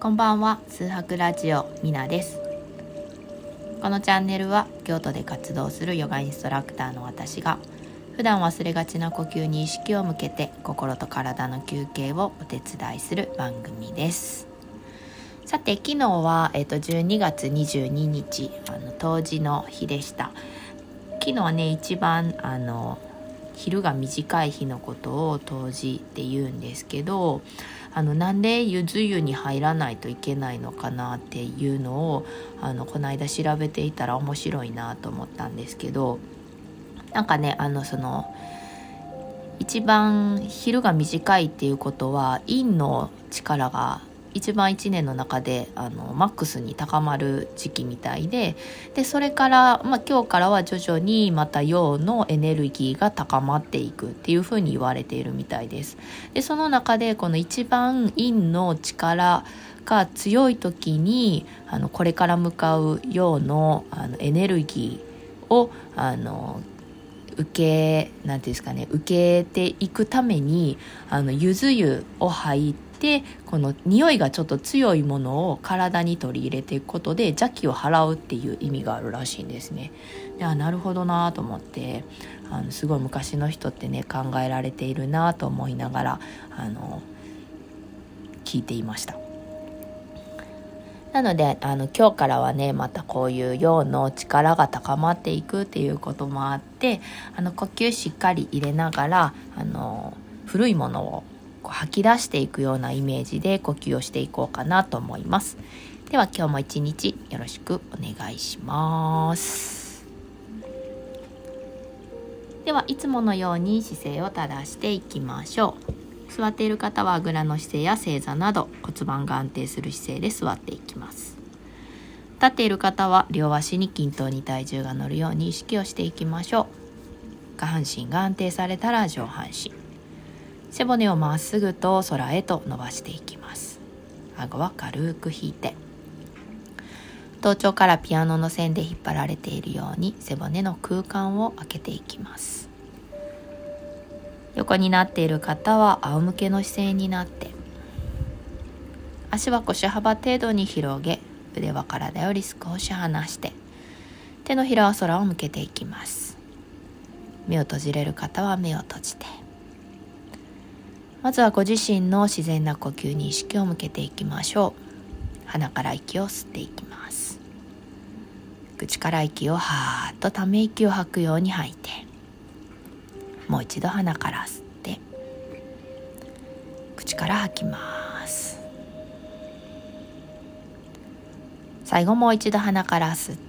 こんばんは、数博ラジオみなです。このチャンネルは京都で活動するヨガインストラクターの私が普段忘れがちな呼吸に意識を向けて心と体の休憩をお手伝いする番組です。さて、昨日は、12月22日冬至の日でした。昨日はね、一番昼が短い日のことを冬至って言うんですけど、なんでゆず湯に入らないといけないのかなっていうのをこの間調べていたら面白いなと思ったんですけど、なんかね、一番昼が短いっていうことは陰の力が一番一年の中でマックスに高まる時期みたいで、それから、今日からは徐々にまた陽のエネルギーが高まっていくっていうふうに言われているみたいです。でその中でこの一番陰の力が強い時にこれから向かう陽のエネルギーを受けていくためにゆず湯を入ってこの匂いがちょっと強いものを体に取り入れていくことで邪気を払うっていう意味があるらしいんですね。で、なるほどなと思って、すごい昔の人ってね考えられているなと思いながら聞いていました。なので今日からはねまたこういう陽の力が高まっていくっていうこともあって呼吸しっかり入れながら古いものを吐き出していくようなイメージで呼吸をしていこうかなと思います。では今日も一日よろしくお願いします。ではいつものように姿勢を正していきましょう。座っている方はあぐらの姿勢や正座など骨盤が安定する姿勢で座っていきます。立っている方は両足に均等に体重が乗るように意識をしていきましょう。下半身が安定されたら上半身、背骨をまっすぐと空へと伸ばしていきます。顎は軽く引いて、頭頂からピアノの線で引っ張られているように背骨の空間を空けていきます。横になっている方は仰向けの姿勢になって、足は腰幅程度に広げ、腕は体より少し離して、手のひらは空を向けていきます。目を閉じれる方は目を閉じて、まずはご自身の自然な呼吸に意識を向けていきましょう。鼻から息を吸っていきます。口から息をはーっとため息を吐くように吐いて、もう一度鼻から吸って口から吐きます。最後もう一度鼻から吸って、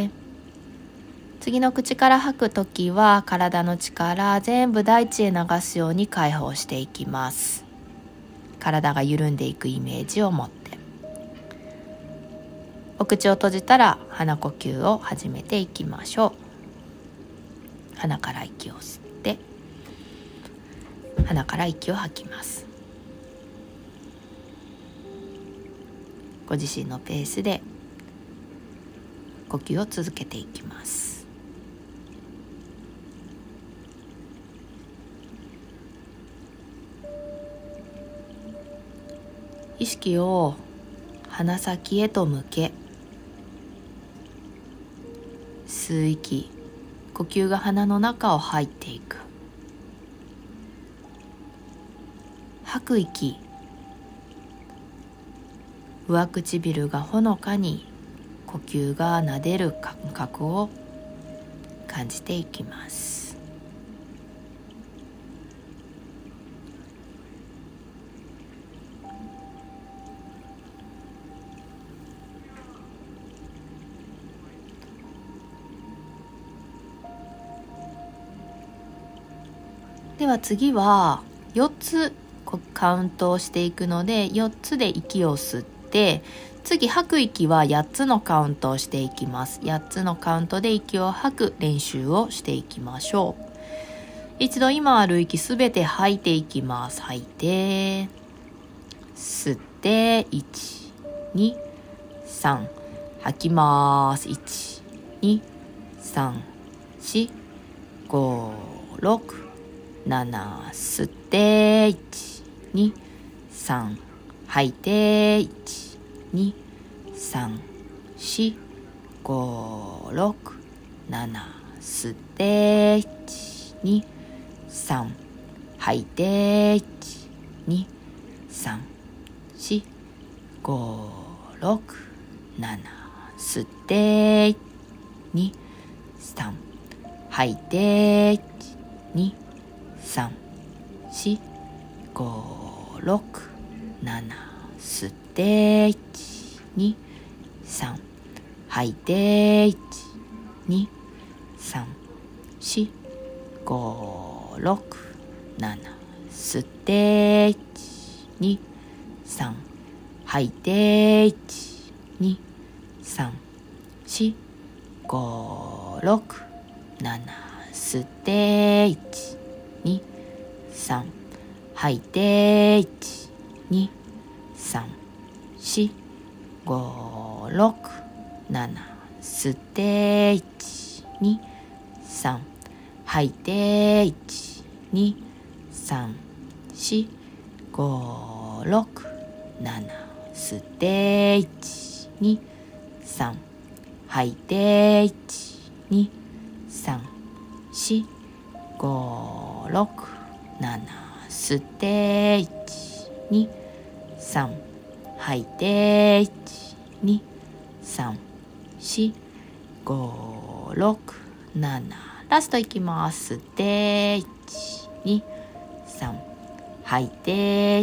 次の口から吐くときは体の力全部大地へ流すように解放していきます。体が緩んでいくイメージを持って、お口を閉じたら鼻呼吸を始めていきましょう。鼻から息を吸って鼻から息を吐きます。ご自身のペースで呼吸を続けていきます。意識を鼻先へと向け、吸う息、呼吸が鼻の中を入っていく。吐く息、上唇がほのかに呼吸が撫でる感覚を感じていきます。では次は4つカウントをしていくので、4つで息を吸って、次吐く息は8つのカウントをしていきます。8つのカウントで息を吐く練習をしていきましょう。一度今ある息すべて吐いていきます。吐いて、吸って、1、2、3、吐きます。1、2、3、4、5、6、7、吸って、1、2、3、吐いて、1、 2、3、4、5、6、7、吸って1、2、3、吐いて1、2、3、4、5、6、7、吸って1、2、3、吐いて1、2、3、4、5、6、7、吸って1、2、3、吐いて1、2、3、4、5、6、7、吸って1、2、3、吐いて1、2、3、4、5、6、7、吸って1、2、3、吐いて1、2、3、4、5、6、7、吸って1、2、3、吐いて1、2、3、4、5、6、7、吸って1、2、3、吐いて1、2、3、4、5、6、7、吸って1、2、3、吐いて1、2、3、4、5、6、7、ラストいきます。吸って1、2、3、吐いて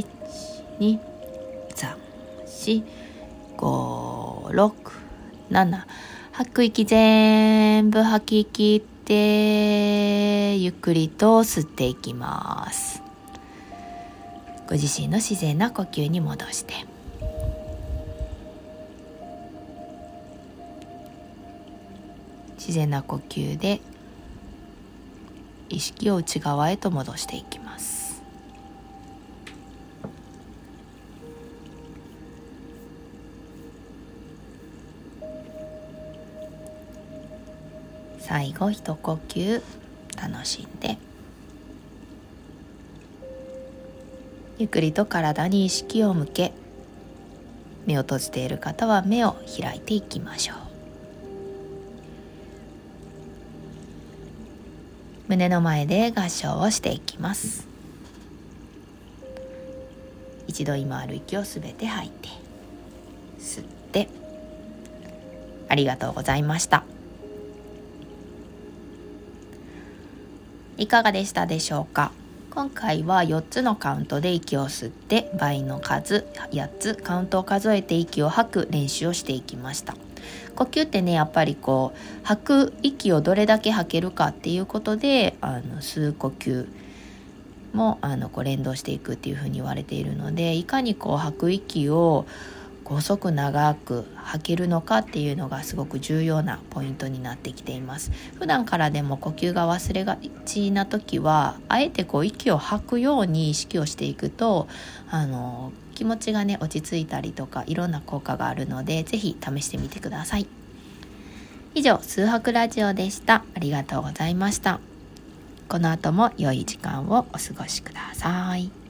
1、2、3、4、5、6、7、吐く息全部吐き切ってゆっくりと吸っていきます。ご自身の自然な呼吸に戻して、自然な呼吸で意識を内側へと戻していきます。最後一呼吸楽しんで、ゆっくりと体に意識を向け、目を閉じている方は目を開いていきましょう。胸の前で合掌をしていきます。一度今ある息をすべて吐いて、吸って、ありがとうございました。いかがでしたでしょうか。今回は4つのカウントで息を吸って倍の数8つカウントを数えて息を吐く練習をしていきました。呼吸ってね、やっぱり吐く息をどれだけ吐けるかっていうことで吸う呼吸も連動していくっていうふうに言われているので、いかに吐く息を細く長く吐けるのかっていうのがすごく重要なポイントになってきています。普段からでも呼吸が忘れがちな時はあえて息を吐くように意識をしていくと気持ちがね落ち着いたりとかいろんな効果があるので、ぜひ試してみてください。以上、数拍ラジオでした。ありがとうございました。この後も良い時間をお過ごしください。